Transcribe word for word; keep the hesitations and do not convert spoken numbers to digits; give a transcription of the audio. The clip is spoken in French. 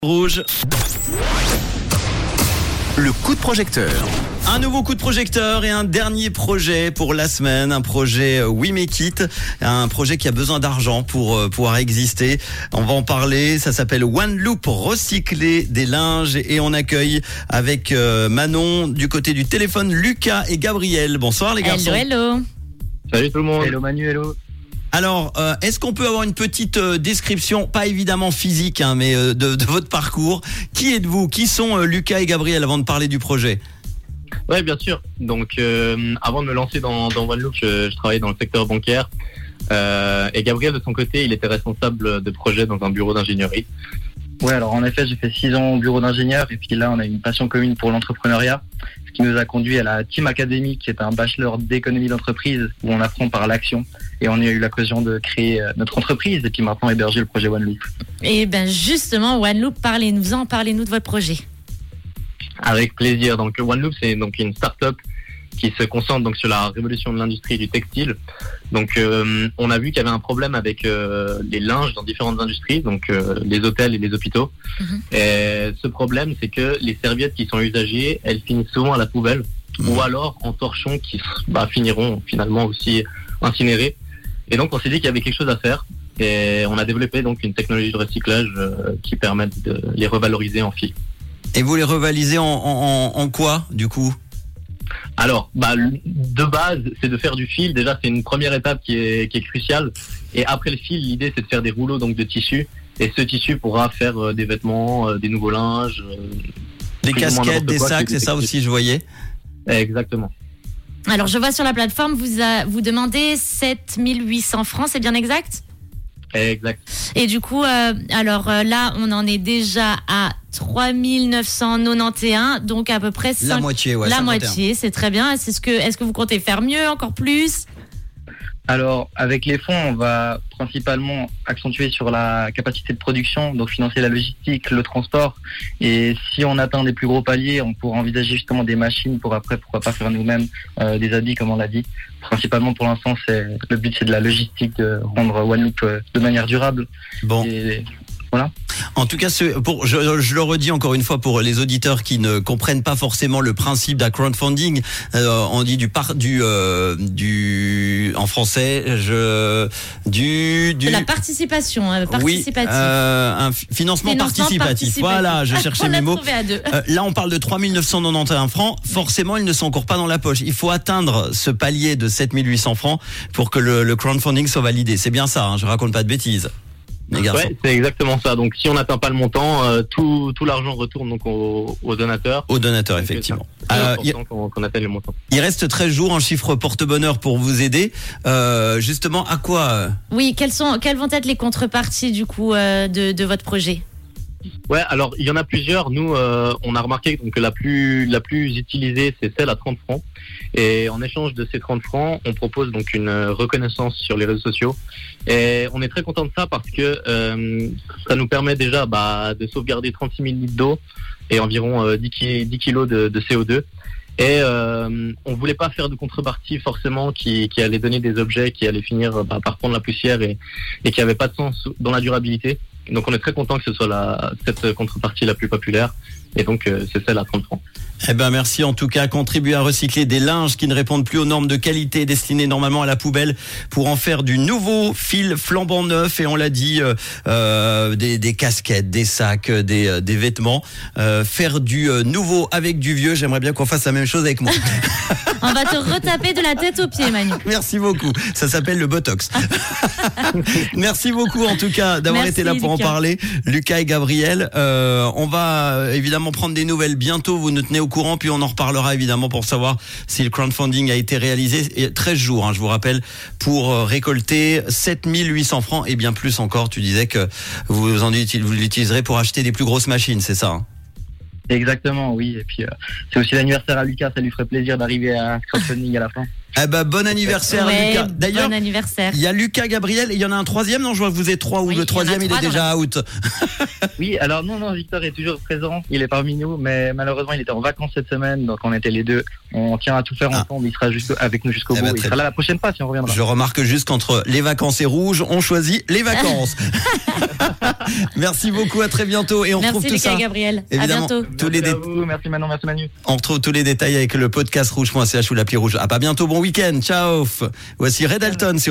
Rouge. Le coup de projecteur. Un nouveau coup de projecteur et un dernier projet pour la semaine, un projet We Make It, un projet qui a besoin d'argent pour euh, pouvoir exister. On va en parler, ça s'appelle One Loop, recycler des linges, et on accueille avec euh, Manon du côté du téléphone Lucas et Gabriel. Bonsoir les garçons. Hello, hello. Salut tout le monde. Hello Manu, hello. Alors, euh, est-ce qu'on peut avoir une petite euh, description, pas évidemment physique, hein, mais euh, de, de votre parcours? Qui êtes-vous? Qui sont euh, Lucas et Gabriel avant de parler du projet? Ouais, bien sûr. Donc, euh, avant de me lancer dans, dans One Loop, je, je travaillais dans le secteur bancaire. Euh, et Gabriel, de son côté, il était responsable de projet dans un bureau d'ingénierie. Ouais, alors en effet, j'ai fait six ans au bureau d'ingénieur et puis là, on a une passion commune pour l'entrepreneuriat, ce qui nous a conduit à la Team Academy, qui est un bachelor d'économie d'entreprise où on apprend par l'action. Et on a eu l'occasion de créer notre entreprise et puis maintenant héberger le projet One Loop. Et ben justement, One Loop, parlez-nous-en, parlez-nous de votre projet. Avec plaisir. Donc, One Loop, c'est donc une start-up qui se concentre donc sur la révolution de l'industrie du textile. Donc, euh, on a vu qu'il y avait un problème avec euh, les linges dans différentes industries, donc euh, les hôtels et les hôpitaux. Mm-hmm. Et ce problème, c'est que les serviettes qui sont usagées, elles finissent souvent à la poubelle, mm-hmm. ou alors en torchons qui bah, finiront finalement aussi incinérés. Et donc, on s'est dit qu'il y avait quelque chose à faire. Et on a développé donc une technologie de recyclage euh, qui permet de les revaloriser en fil. Et vous les revalisez en, en, en quoi, du coup? Alors, bah, de base, c'est de faire du fil. Déjà, c'est une première étape qui est, qui est cruciale. Et après le fil, l'idée, c'est de faire des rouleaux donc de tissu. Et ce tissu pourra faire euh, des vêtements, euh, des nouveaux linges. Euh, des casquettes, des sacs, c'est ça aussi, je voyais. Exactement. Alors, je vois sur la plateforme, vous, a, vous demandez sept mille huit cents francs, c'est bien exact? Exact. Et du coup, euh, alors euh, là, on en est déjà à trois mille neuf cent quatre-vingt-onze, donc à peu près cinq... la moitié, ouais. La cinquante et un. moitié, c'est très bien. Est-ce que, est-ce que vous comptez faire mieux, encore plus? Alors, avec les fonds, on va principalement accentuer sur la capacité de production, donc financer la logistique, le transport. Et si on atteint des plus gros paliers, on pourra envisager justement des machines pour après, pourquoi pas faire nous-mêmes euh, des habits, comme on l'a dit. Principalement, pour l'instant, c'est le but, c'est de la logistique, de rendre One Loop euh, de manière durable. Bon. Et, voilà. En tout cas, ce, pour, je, je le redis encore une fois pour les auditeurs qui ne comprennent pas forcément le principe d'un crowdfunding. Euh, on dit du par, du euh, du en français, je du du de la participation, euh, participative. Oui, euh, un financement, financement participatif. participatif. Voilà, je cherchais mes mots. À deux. Euh, là, on parle de trois mille neuf cent quatre-vingt-onze francs. Forcément, ils ne sont encore pas dans la poche. Il faut atteindre ce palier de sept mille huit cents francs pour que le, le crowdfunding soit validé. C'est bien ça. Hein, je raconte pas de bêtises. Ouais, c'est exactement ça. Donc, si on n'atteint pas le montant, euh, tout, tout l'argent retourne donc aux, aux donateurs. Aux donateurs, donc, effectivement. C'est euh, important il, qu'on, qu'on atteigne le montant. Il reste treize jours, un chiffre porte-bonheur pour vous aider. Euh, justement, à quoi? Oui, quelles sont, quelles vont être les contreparties du coup euh, de, de votre projet? Ouais, alors il y en a plusieurs. Nous, euh, on a remarqué donc, que la plus la plus utilisée, c'est celle à trente francs. Et en échange de ces trente francs, on propose donc une reconnaissance sur les réseaux sociaux. Et on est très content de ça parce que euh, ça nous permet déjà bah, de sauvegarder trente-six mille litres d'eau et environ euh, dix kilos de, de C O deux. Et euh, on voulait pas faire de contrepartie forcément qui, qui allait donner des objets qui allaient finir bah, par prendre la poussière et, et qui n'avaient pas de sens dans la durabilité. Donc on est très content que ce soit la, cette contrepartie la plus populaire. Et donc euh, c'est celle à trente francs. Eh ben merci en tout cas. Contribuer à recycler des linges qui ne répondent plus aux normes de qualité destinés normalement à la poubelle pour en faire du nouveau fil flambant neuf. Et on l'a dit, euh, euh, des, des casquettes, des sacs, des, euh, des vêtements. Euh, faire du euh, nouveau avec du vieux. J'aimerais bien qu'on fasse la même chose avec moi. On va te retaper de la tête aux pieds, Manu. Merci beaucoup. Ça s'appelle le Botox. Merci beaucoup en tout cas d'avoir Merci, été là pour Lucas. en parler. Lucas et Gabriel. Euh, on va euh, évidemment prendre des nouvelles bientôt. Vous nous tenez au courant, puis on en reparlera évidemment pour savoir si le crowdfunding a été réalisé. Et treize jours, hein, je vous rappelle, pour récolter sept mille huit cents francs et bien plus encore. Tu disais que vous en utilisez, vous l'utiliserez pour acheter des plus grosses machines, c'est ça, hein? Exactement, oui. Et puis, euh, c'est aussi l'anniversaire à Lucas, ça lui ferait plaisir d'arriver à ce crowdfunding à la fin. Eh ben, bon anniversaire, Ouais, Lucas. D'ailleurs, bon anniversaire. il y a Lucas, Gabriel, et il y en a un troisième, non? Je vois que vous êtes trois, ou Oui, il y en le a troisième, il, trois est déjà dans out. Oui, alors non, non, Victor est toujours présent, il est parmi nous, mais malheureusement il était en vacances cette semaine, donc on était les deux. On tient à tout faire Ah. ensemble, il sera jusqu'au- avec nous jusqu'au Eh bout. ben, Il très sera là la prochaine fois si on reviendra. Je remarque juste qu'entre les vacances et rouge, on choisit les vacances. Merci beaucoup, à très bientôt. Et on Merci retrouve tout Lucas ça. et Gabriel. Évidemment. À bientôt. Tous les Merci à dé- vous, merci Manon, merci Manu. On retrouve tous les détails avec le podcast rouge point c h ou l'appli rouge. À pas bientôt, bon week-end. Ciao. Voici Red Alton.